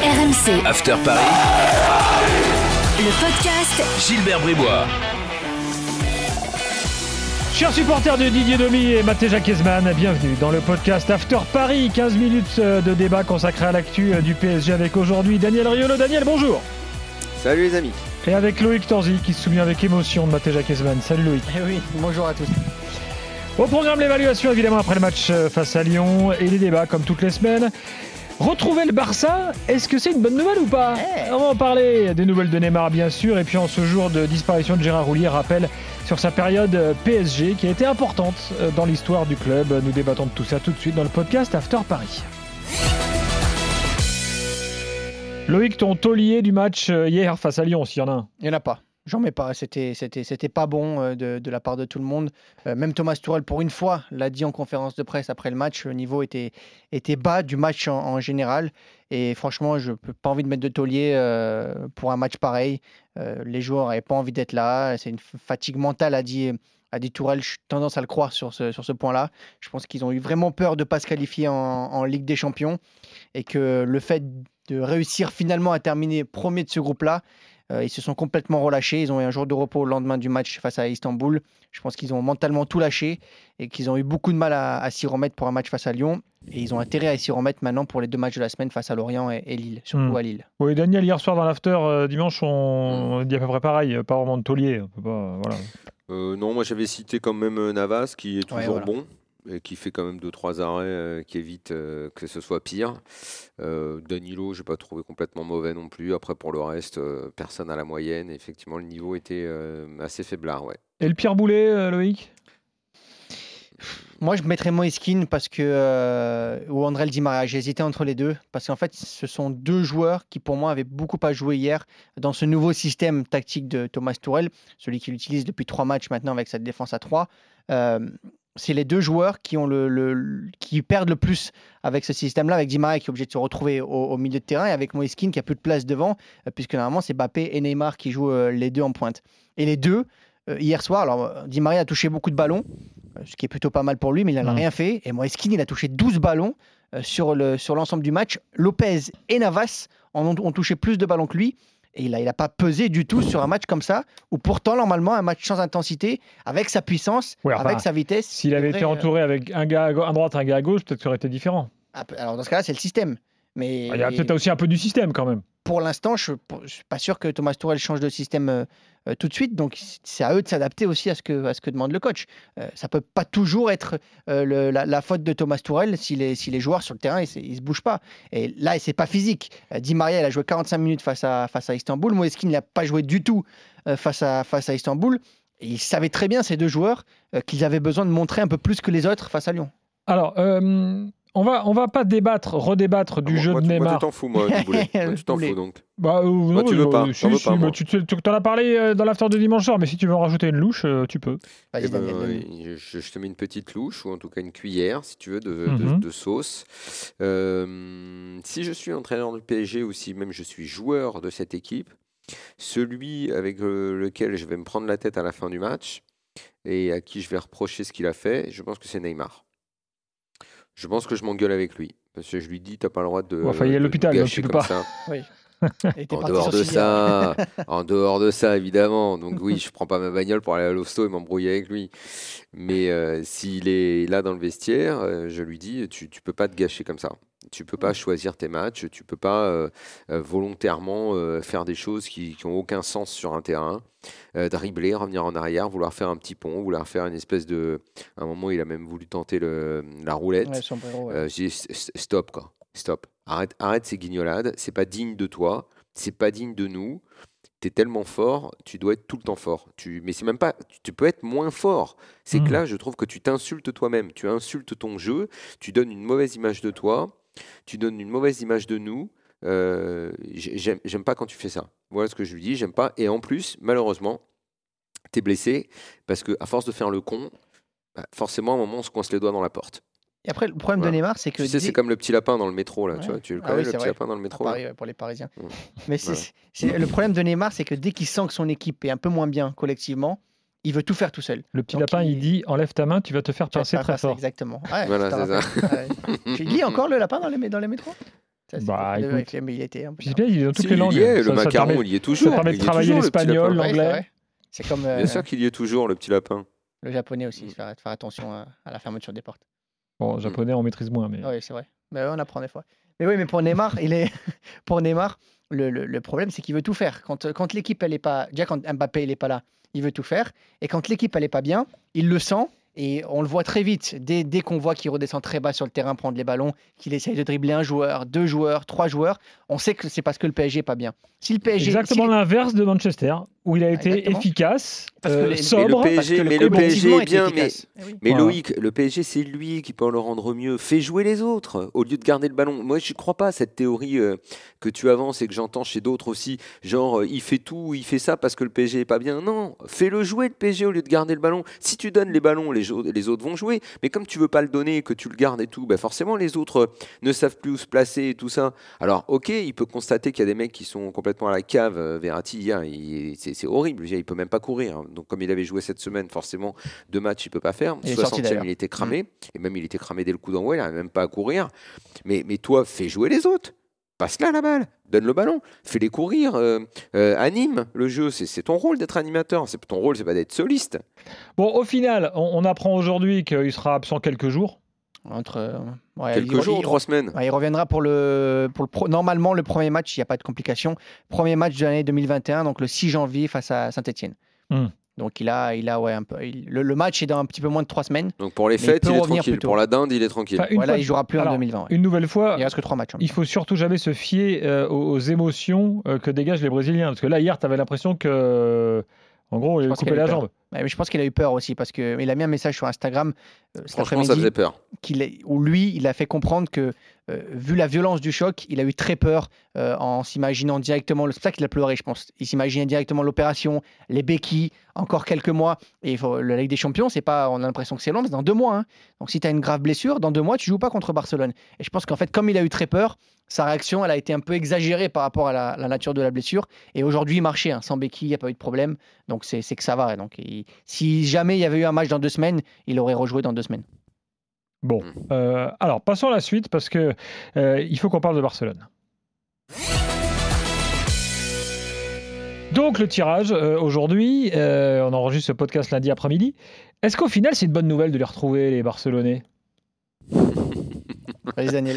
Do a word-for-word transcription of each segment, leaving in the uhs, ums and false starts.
R M C After Paris, le podcast Gilbert Bribois. Chers supporters de Didier Domi et Mathé Jacquesman, bienvenue dans le podcast After Paris. quinze minutes de débat consacré à l'actu du P S G avec aujourd'hui Daniel Riolo. Daniel, bonjour. Salut les amis. Et avec Loïc Tanzi qui se souvient avec émotion de Mathé Jacquesman. Salut Loïc. Eh oui, bonjour à tous. Au programme, l'évaluation évidemment après le match face à Lyon et les débats comme toutes les semaines. Retrouver le Barça, est-ce que c'est une bonne nouvelle ou pas ? hey. On va en parler, des nouvelles de Neymar bien sûr, et puis en ce jour de disparition de Gérard Houllier, rappel sur sa période P S G qui a été importante dans l'histoire du club. Nous débattons de tout ça tout de suite dans le podcast After Paris. Loïc, ton taulier du match hier face à Lyon, s'il y en a un. Il n'y en a pas. J'en mets pas. C'était, c'était, c'était pas bon de, de la part de tout le monde. Euh, même Thomas Tuchel, pour une fois, l'a dit en conférence de presse après le match. Le niveau était, était bas du match en, en général. Et franchement, je n'ai pas envie de mettre de taulier euh, pour un match pareil. Euh, les joueurs n'avaient pas envie d'être là. C'est une fatigue mentale, a dit, a dit Tuchel. J'ai tendance à le croire sur ce, sur ce point-là. Je pense qu'ils ont eu vraiment peur de ne pas se qualifier en, en Ligue des Champions. Et que le fait de réussir finalement à terminer premier de ce groupe-là, Euh, ils se sont complètement relâchés. Ils ont eu un jour de repos au lendemain du match face à Istanbul. Je pense qu'ils ont mentalement tout lâché et qu'ils ont eu beaucoup de mal à, à s'y remettre pour un match face à Lyon. Et ils ont intérêt à s'y remettre maintenant pour les deux matchs de la semaine face à Lorient et, et Lille, surtout mmh. à Lille. Oui, Daniel, hier soir dans l'after, euh, dimanche, on mmh. dit à peu près pareil. Pas vraiment de taulier. On peut pas, voilà. euh, non, moi j'avais cité quand même Navas qui est toujours ouais, voilà. bon. Et qui fait quand même deux trois arrêts euh, qui évite euh, que ce soit pire. Euh, Danilo, je n'ai pas trouvé complètement mauvais non plus. Après, pour le reste, euh, personne à la moyenne. Effectivement, le niveau était euh, assez faiblard. Ouais. Et le Pierre Boulet, euh, Loïc ? Moi, je mettrais Moïskine parce que euh, ou André Di Maria. J'ai hésité entre les deux parce qu'en fait, ce sont deux joueurs qui, pour moi, avaient beaucoup à jouer hier dans ce nouveau système tactique de Thomas Tuchel, celui qu'il utilise depuis trois matchs maintenant avec sa défense à trois. Euh, c'est les deux joueurs qui, ont le, le, qui perdent le plus avec ce système-là, avec Di Maria qui est obligé de se retrouver au, au milieu de terrain et avec Moïskine qui a plus de place devant, euh, puisque normalement c'est Mbappé et Neymar qui jouent euh, les deux en pointe. Et les deux, euh, hier soir, alors Di Maria a touché beaucoup de ballons, euh, ce qui est plutôt pas mal pour lui, mais il n'a mmh. rien fait. Et Moïskine, il a touché douze ballons euh, sur, le, sur l'ensemble du match. Lopez et Navas en ont, ont touché plus de ballons que lui. Et il n'a il a pas pesé du tout sur un match comme ça, où pourtant, normalement, un match sans intensité, avec sa puissance, ouais, enfin, avec sa vitesse... S'il avait été entouré euh... avec un gars à droite, un gars à gauche, peut-être que ça aurait été différent. Alors, dans ce cas-là, c'est le système. Mais... Il y a peut-être aussi un peu du système, quand même. Pour l'instant, je ne suis pas sûr que Thomas Tuchel change de système euh, euh, tout de suite. Donc, c'est à eux de s'adapter aussi à ce que, à ce que demande le coach. Euh, ça ne peut pas toujours être euh, le, la, la faute de Thomas Tuchel si les, si les joueurs sur le terrain, ils ne se bougent pas. Et là, ce n'est pas physique. Euh, Di Maria, il a joué quarante-cinq minutes face à, face à Istanbul. Moïskine n'a pas joué du tout euh, face, à, face à Istanbul. Et ils savaient très bien, ces deux joueurs, euh, qu'ils avaient besoin de montrer un peu plus que les autres face à Lyon. Alors... Euh... On va, on va pas débattre, redébattre du ah, jeu moi, de Neymar. Moi, tu t'en fous, moi, du Boulet. Moi, tu t'en fous, donc. Bah, euh, non, bah, tu veux pas. Euh, si, si, pas bah, tu, tu, tu en as parlé dans l'after de dimanche soir, mais si tu veux en rajouter une louche, euh, tu peux. Eh ben, euh, je, je te mets une petite louche, ou en tout cas une cuillère, si tu veux, de, mm-hmm. de, de sauce. Euh, si je suis entraîneur du P S G ou si même je suis joueur de cette équipe, celui avec lequel je vais me prendre la tête à la fin du match et à qui je vais reprocher ce qu'il a fait, je pense que c'est Neymar. Je pense que je m'engueule avec lui. Parce que je lui dis, t'as pas le droit de. Bon, enfin, il y a l'hôpital, donc tu peux pas. Ça. Oui. En dehors de ça, en dehors de ça, évidemment. Donc oui, je prends pas ma bagnole pour aller à l'hosto et m'embrouiller avec lui. Mais euh, s'il est là dans le vestiaire, euh, je lui dis, tu, tu peux pas te gâcher comme ça. Tu peux pas choisir tes matchs. Tu peux pas euh, euh, volontairement euh, faire des choses qui, qui ont aucun sens sur un terrain. Euh, dribbler, revenir en arrière, vouloir faire un petit pont, vouloir faire une espèce de. À un moment, il a même voulu tenter le, la roulette. Ouais, sombrero, ouais. euh, j'ai dit, stop quoi. Stop. Arrête, arrête ces guignolades. C'est pas digne de toi. C'est pas digne de nous. T'es tellement fort, tu dois être tout le temps fort. Tu, mais c'est même pas. Tu peux être moins fort. C'est mmh. que là, je trouve que tu t'insultes toi-même. Tu insultes ton jeu. Tu donnes une mauvaise image de toi. Tu donnes une mauvaise image de nous. Euh, j'aime, j'aime pas quand tu fais ça. Voilà ce que je lui dis. J'aime pas. Et en plus, malheureusement, t'es blessé parce que à force de faire le con, bah, forcément, à un moment, on se coince les doigts dans la porte. Et après, le problème voilà. de Neymar, c'est que... Tu sais, c'est comme le petit lapin dans le métro, là, ouais. tu vois, tu le connais, ah oui, le petit vrai. lapin dans le métro. Paris, pour les Parisiens. Mmh. Mais c'est, ouais. c'est, le problème de Neymar, c'est que dès qu'il sent que son équipe est un peu moins bien collectivement, il veut tout faire tout seul. Le petit Donc lapin, il... il dit, enlève ta main, tu vas te faire pincer très passer, fort. Exactement. Ouais, voilà, c'est ça. Ouais. Tu lis encore le lapin dans les, dans les métros ? Ça, c'est Bah, pas de écoute. vérifier, mais il était un peu. Puis c'est bien, il est dans toutes Si, les langues. il y est, Ça- le ça macaron, permet- il y est toujours. Ça permet de il y est travailler toujours, le petit l'espagnol, lapin. Ouais, c'est l'anglais. vrai. C'est comme euh, Bien sûr qu'il y est toujours, le petit lapin. le japonais aussi, faire, faire attention à, à la fermeture des portes. Bon, japonais, on maîtrise moins, mais. Oui, c'est vrai. Mais ouais, on apprend des fois. Mais oui, mais pour Neymar, il est pour Neymar, le, le- le problème c'est qu'il veut tout faire. Quand, quand l'équipe elle est pas, déjà quand Mbappé il est pas là, il veut tout faire. Et quand l'équipe elle est pas bien, il le sent. Et on le voit très vite, dès, dès qu'on voit qu'il redescend très bas sur le terrain, prendre les ballons, qu'il essaye de dribbler un joueur, deux joueurs, trois joueurs, on sait que c'est parce que le P S G est pas bien. Si le P S G, Exactement si- l'inverse de Manchester, où il a été Exactement. efficace, Parce que euh, les- sobre. Mais le parce que P S G, mais le club P S G collectivement est bien, était mais- efficace. Eh oui. Mais Voilà. Loïc, le P S G, c'est lui qui peut le rendre mieux. Fais jouer les autres au lieu de garder le ballon. Moi, je ne crois pas à cette théorie euh, que tu avances et que j'entends chez d'autres aussi. Genre, euh, il fait tout, il fait ça parce que le P S G est pas bien. Non, fais-le jouer le P S G au lieu de garder le ballon. Si tu donnes les ballons, les, jo- les autres vont jouer. Mais comme tu veux pas le donner, que tu le gardes et tout, bah forcément, les autres euh, ne savent plus où se placer et tout ça. Alors, ok, il peut constater qu'il y a des mecs qui sont complètement à la cave. Euh, Verratti, hier, il- c'est c'est horrible. Il peut même pas courir. Donc, comme il avait joué cette semaine, forcément, deux matchs, il peut pas faire. Il est sorti, soixantième, d'ailleurs. il était cramé. Et même, il était cramé dès le coup d'envoi. Il n'arrivait même pas à courir. Mais, mais toi, fais jouer les autres. Passe-là la balle. Donne le ballon. Fais-les courir. euh, euh, anime le jeu. C'est c'est ton rôle d'être animateur. C'est ton rôle, c'est pas d'être soliste. Bon, au final, on, on apprend aujourd'hui qu'il sera absent quelques jours. Entre, euh, ouais, Quelques il- jours, il- trois semaines. Ouais, il reviendra pour le, pour le pro- normalement le premier match, il n'y a pas de complication. Premier match de l'année deux mille vingt et un, donc le six janvier face à Saint-Etienne. Hmm. Donc il a, il a ouais, un peu, il- le, le match est dans un petit peu moins de trois semaines. Donc, pour les Mais il fêtes, peut il, est revenir tranquille. plus tôt. Pour la dinde, il est tranquille. Enfin, une Voilà, fois- il jouera plus alors, en deux mille vingt. ouais. Une nouvelle fois, Il reste que trois matchs. hein. il faut surtout jamais se fier euh, aux, aux émotions euh, que dégagent les Brésiliens. Parce que là, hier, tu avais l'impression que, euh, en gros, il Je avait pense coupé qu'il a la eu peur. jambe. Ouais, mais je pense qu'il a eu peur aussi parce que il a mis un message sur Instagram euh, cet Franchement, ça après-midi faisait peur. qu'il est- où lui, il a fait comprendre que, euh, vu la violence du choc, il a eu très peur euh, en s'imaginant directement. C'est pour ça qu'il a pleuré, je pense. Il s'imaginait directement l'opération, les béquilles, encore quelques mois. Et il faut, la Ligue des Champions, c'est pas, on a l'impression que c'est long, mais c'est dans deux mois. hein. Donc si tu as une grave blessure, dans deux mois, tu joues pas contre Barcelone. Et je pense qu'en fait, comme il a eu très peur, sa réaction, elle a été un peu exagérée par rapport à la, la nature de la blessure. Et aujourd'hui, il marchait, hein, sans béquilles, il n'y a pas eu de problème. Donc c'est c'est que ça va. Donc il- si jamais il y avait eu un match dans deux semaines, il aurait rejoué dans deux semaines. Bon, euh, alors passons à la suite parce que euh, il faut qu'on parle de Barcelone. Donc le tirage euh, aujourd'hui, euh, on enregistre ce podcast lundi après-midi. Est-ce qu'au final c'est une bonne nouvelle de les retrouver les Barcelonais? Vas-y, Daniel.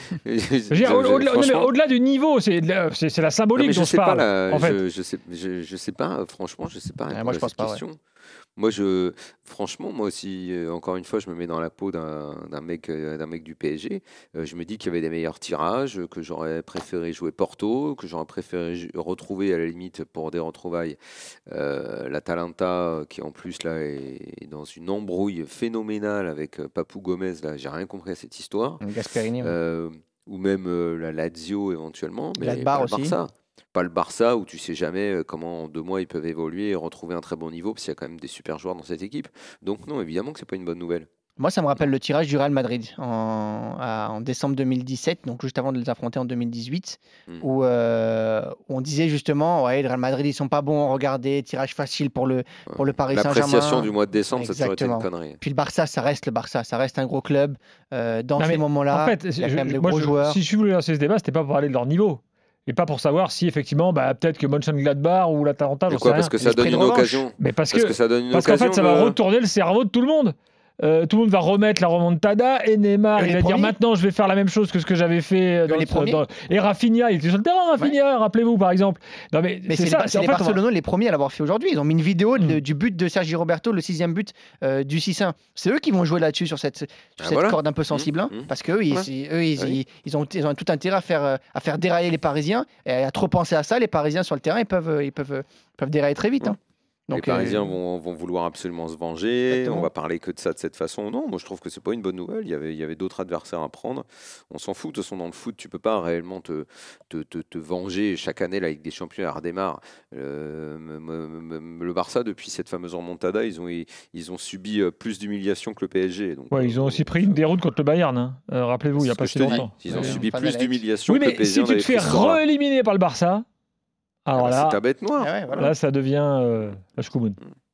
Je veux dire, au- au-delà, non, mais Franchement, au-delà du niveau, c'est, de la- c'est, c'est la non, symbolique mais je dont je sais pas parle. là, en fait. je, je sais, je, je sais pas. Franchement, je sais pas. Ouais, répondre moi, je à pense cette pas, ouais. question. Moi, je, franchement, moi aussi, euh, encore une fois, je me mets dans la peau d'un, d'un mec, euh, d'un mec du P S G. Euh, je me dis qu'il y avait des meilleurs tirages, que j'aurais préféré jouer Porto, que j'aurais préféré ju- retrouver à la limite pour des retrouvailles euh, l'Atalanta, euh, qui en plus là est, est dans une embrouille phénoménale avec euh, Papou Gomez. Là, j'ai rien compris à cette histoire. Gasperini. ouais. Euh, ou même euh, la Lazio éventuellement, mais Gladbach pas le aussi. Barça. Pas le Barça où tu sais jamais euh, comment en deux mois ils peuvent évoluer et retrouver un très bon niveau, parce qu'il y a quand même des super joueurs dans cette équipe. Donc non, évidemment que c'est pas une bonne nouvelle. Moi, ça me rappelle le tirage du Real Madrid en, à- en décembre deux mille dix-sept, donc juste avant de les affronter en deux mille dix-huit, Mm. où euh, on disait justement, ouais, le Real Madrid, ils sont pas bons, regardez, tirage facile pour le, pour le Paris Saint-Germain. L'appréciation du mois de décembre, ça aurait été une Exactement. connerie. Puis le Barça, ça reste le Barça, ça reste un gros club. Euh, dans Non, ces mais moments-là, en fait, il y a je- quand même je- de moi, gros je- joueurs. si je voulais lancer ce débat, c'était pas pour parler de leur niveau. Et pas pour savoir si effectivement, bah, peut-être que Mönchengladbach ou l'Atalanta, Mais j'en sais quoi, rien. parce que ça L'esprit donne de une revanche. occasion. Mais parce Parce que que ça donne une Parce qu'en occasion. fait, ça va de- retourner le cerveau de tout le monde. Euh, tout le monde va remettre la remontada et Neymar, Et il les va dire premiers maintenant je vais faire la même chose que ce que j'avais fait. Dans les le- premiers dans- Et Rafinha, il était sur le terrain, Rafinha, rappelez-vous par exemple. Non, mais, Mais c'est, ça. les, c'est en les fait, on va- Barcelonais les premiers à l'avoir fait aujourd'hui. Ils ont mis une vidéo de- Mm. du but de Sergi Roberto, le sixième but euh, du six un. C'est eux qui vont jouer là-dessus sur cette, sur Ah, cette voilà. corde un peu sensible, hein, Mm, mm. parce qu'eux, ils, Voilà. ils- eux, ils, Ah oui. ils- ils ont, ils ont tout intérêt à faire, euh, à faire dérailler les Parisiens et à trop penser à ça. Les Parisiens sur le terrain, ils peuvent, euh, ils peuvent, euh, peuvent dérailler très vite. hein. Donc, les Parisiens euh, vont, vont vouloir absolument se venger. Exactement. On va parler que de ça de cette façon. Non, moi je trouve que c'est pas une bonne nouvelle. Il y avait, il y avait d'autres adversaires à prendre. On s'en fout. De toute façon, dans le foot, tu peux pas réellement te, te, te, te venger. Chaque année, la Ligue des Champions, elle redémarre. Euh, me- me- me- le Barça, depuis cette fameuse remontada, ils ont, ils ont subi euh, plus d'humiliation que le P S G. Donc, Ouais, ils ont euh, aussi pris une déroute contre le Bayern. hein. Euh, rappelez-vous, il n'y a c'est pas ce si que je te longtemps. dis. Ils ont Ouais, subi pas plus mal. d'humiliation Oui, que le mais P S G. si en tu te avait fais pris ce soir-là. re-éliminer par le Barça, Ah alors bah, là, c'est ta bête noire. ouais, voilà. là, ça devient euh, la Shkoumoun.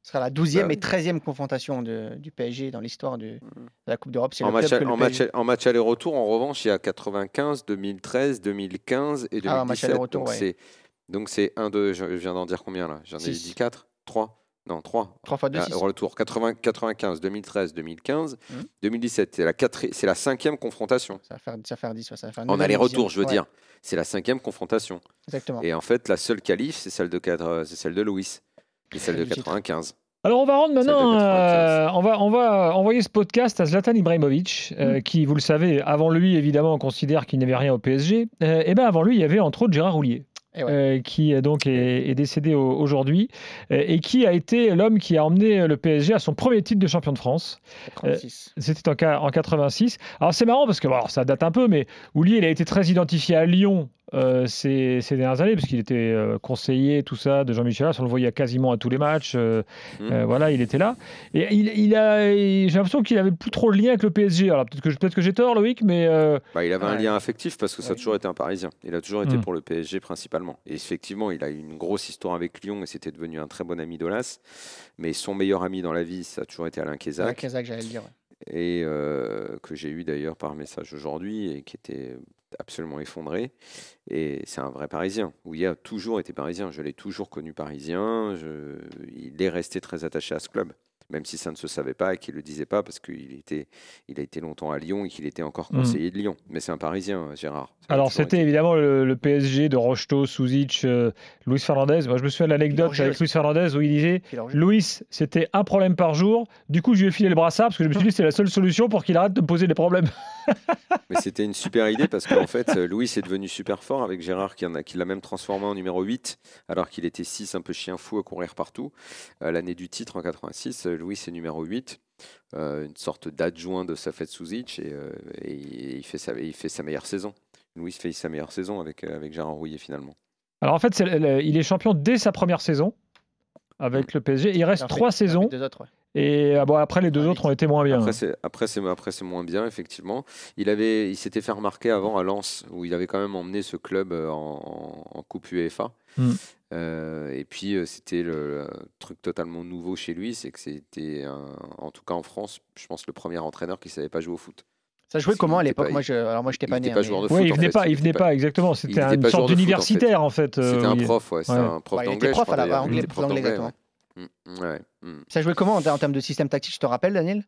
Ce sera la douzième Bah oui. et treizième confrontation de, du P S G dans l'histoire de, de la Coupe d'Europe. C'est En le match, club que le en, P S G match, en match aller-retour, en revanche, il y a quatre-vingt-quinze, deux mille treize, deux mille quinze et deux mille dix-sept. Ah, en match aller-retour, donc, ouais. c'est, donc c'est un, deux, je viens d'en dire combien là? J'en ai Six. dit quatre, trois. Non, trois. Trois fois deux, Ah, six. retour quatre-vingts, quatre-vingt-quinze, deux mille treize, deux mille quinze, Mhm. deux mille dix-sept. C'est la, quatri- c'est la cinquième confrontation. Ça va faire, ça va faire dix. Ouais, ça va faire une En nouvelle aller-retour, division. je veux Ouais, dire. C'est la cinquième confrontation. Exactement. Et en fait, la seule qualif, c'est celle de, quatre- c'est celle de Louis. Et celle de Le titre. quatre-vingt-quinze. Alors on va rendre maintenant, Celle de euh, on va on va envoyer ce podcast à Zlatan Ibrahimovic, euh, Mm. qui, vous le savez, avant lui évidemment on considère qu'il n'avait rien au P S G. Euh, et ben avant lui il y avait entre autres Gérard Houllier. Et ouais. Euh, qui euh, donc est, est décédé au- aujourd'hui euh, et qui a été l'homme qui a emmené le P S G à son premier titre de champion de France. quatre-vingt-six. C'était en, ca- en quatre-vingt-six. Alors c'est marrant parce que bon, alors, ça date un peu, mais Houllier il a été très identifié à Lyon euh, ces, ces dernières années parce qu'il était euh, conseiller tout ça de Jean-Michel Aulas. On le voyait quasiment à tous les matchs. euh, Mhm. euh, voilà, il était là. Et il, il a, il- j'ai l'impression qu'il avait plus trop le lien avec le P S G. Alors peut-être que, je- peut-être que j'ai tort, Loïc, mais euh, Bah, il avait un Ouais. lien affectif parce que ça a Ouais. toujours été un Parisien. Il a toujours été Mm. pour le P S G principalement. Et effectivement, il a eu une grosse histoire avec Lyon et c'était devenu un très bon ami d'Aulas. Mais son meilleur ami dans la vie, ça a toujours été Alain C'est Kézak. Kézak, j'allais le dire. ouais. Et euh, que j'ai eu d'ailleurs par message aujourd'hui et qui était absolument effondré. Et c'est un vrai Parisien. Houllier a toujours été Parisien. Je l'ai toujours connu Parisien. Je- Il est resté très attaché à ce club. Même si ça ne se savait pas et qu'il ne le disait pas parce qu'il était, il a été longtemps à Lyon et qu'il était encore Mm. conseiller de Lyon. Mais c'est un Parisien, Gérard. Ça a alors toujours c'était été. évidemment le, le P S G de Rocheteau, Souzic, euh, Luis Fernandez. Moi je me souviens de l'anecdote Roger avec aussi. Luis Fernandez où il disait Puis alors, je- Louis, c'était un problème par jour. Du coup, je lui ai filé le brassard parce que je me suis dit c'est la seule solution pour qu'il arrête de me poser des problèmes. Mais c'était une super idée parce qu'en fait, euh, Louis est devenu super fort avec Gérard qui, en a- qui l'a même transformé en numéro huit alors qu'il était six, un peu chien fou à courir partout. Euh, l'année du titre en quatre-vingt-six, euh, Louis est numéro huit, euh, une sorte d'adjoint de Safet Souzic et, euh, et il, fait sa, il fait sa meilleure saison. Louis fait sa meilleure saison avec, euh, avec Gérard Houllier finalement. Alors en fait, c'est le- le- il est champion dès sa première saison avec le P S G. Il reste il en fait- trois il en fait saisons Deux autres, ouais. et ah bon, après les deux Ah, autres ont été moins bien. Après, c'est, après, c'est, après, c'est moins bien, effectivement. Il, avait, il s'était fait remarquer avant à Lens, où il avait quand même emmené ce club euh, en, en Coupe UEFA. Mm. Euh, et puis, euh, c'était le, le truc totalement nouveau chez lui, c'est que c'était, un- en tout cas en France, je pense, le premier entraîneur qui ne savait pas jouer au foot. Ça jouait Parce comment à qu'il était l'époque pas- Moi, je, alors moi, j'étais il pas était né. pas hein, joueur mais- de Oui, foot, il en venait fait. pas, il Il venait était pas, exactement. C'était était une pas sorte joueur de foot, en fait. d'universitaire en fait. euh, C'était un Houllier. prof, ouais, c'est Ouais. un prof Ouais, il était d'anglais. prof je crois, à la- d'ailleurs. anglais- Il était prof prof d'anglais, d'anglais, exactement. ouais. Mm, ouais, mm. Ça jouait comment en, ter- en termes de système tactique, je te rappelle, Daniel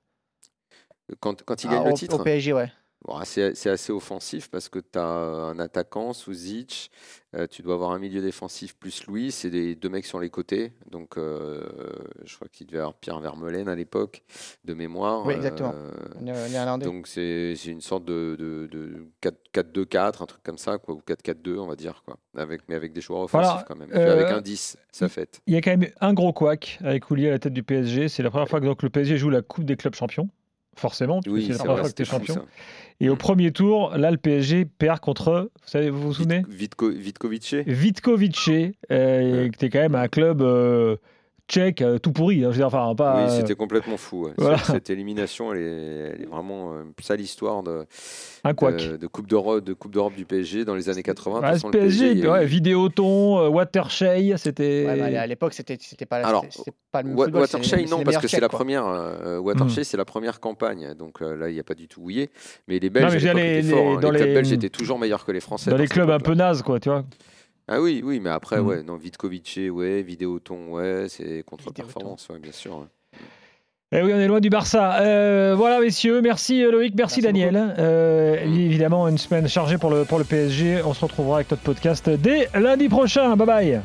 Quand, quand il Ah, gagne au, le titre au P S G, ouais. Bon, c'est c'est assez offensif parce que tu as un attaquant, Souzic, euh, tu dois avoir un milieu défensif plus Louis, c'est des deux mecs sur les côtés. Donc, euh, je crois qu'il devait y avoir Pierre Vermeulen à l'époque, de mémoire. Oui, exactement. Euh, Né- Néerlandais. donc, c'est c'est une sorte de, de, de quatre deux quatre, un truc comme ça, quoi, ou quatre quatre deux, on va dire, quoi. Avec, mais avec des joueurs offensifs Voilà, quand même. euh, Puis avec un dix, ça fait. Il y a quand même un gros couac avec Houllier à la tête du P S G. C'est la première fois que donc, le P S G joue la Coupe des clubs champions. Forcément, parce que Oui, c'est la c'est première vrai, fois que tu es c'était fou, champion. ça. Et au Mm. premier tour, là, le P S G perd contre, vous savez, vous vous souvenez Vitko- Vitkovic. Vitkovic, euh, Ouais. qui était quand même un club euh, tchèque euh, tout pourri. hein. Je veux dire, enfin, pas, Oui, euh, c'était complètement fou. ouais. voilà. Cette, cette élimination, elle est, elle est vraiment euh, sale histoire de, un couac. de, de Coupe d'Europe, de Coupe d'Europe du P S G dans les années quatre-vingts. De Ouais, toute ce façon, le P S G, il y a eu- ouais, Vidéoton, euh, Watershey, c'était. Ouais, mais à l'époque, c'était c'était pas, la- Alors, c'était- c'était pas le même Wa- football, c'est- Watershey, c'est non, les parce meilleurs que c'est Tchèques, la quoi. première. euh, Watershey, c'est la première campagne. Donc euh, là, il n'y a pas du tout Houillet. Mais les Belges, Non, mais à je veux dire, l'époque, les- étaient forts, les- hein. dans Les clubs les- belges étaient toujours meilleurs que les Français. Dans les cette clubs un époque-là. peu nazes, quoi, tu vois. Ah oui, oui, mais après, Mm. ouais, non, Vitkovic, ouais, Vidéoton, ouais, c'est contre-performance, ouais, bien sûr. ouais. Eh oui, on est loin du Barça. Euh, voilà, messieurs. Merci euh, Loïc, merci, Merci Daniel. Euh, évidemment, une semaine chargée pour le, pour le P S G. On se retrouvera avec notre podcast dès lundi prochain. Bye bye.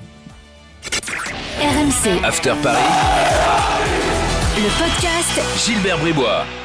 R M C, After Paris, le podcast Gilbert Bribois.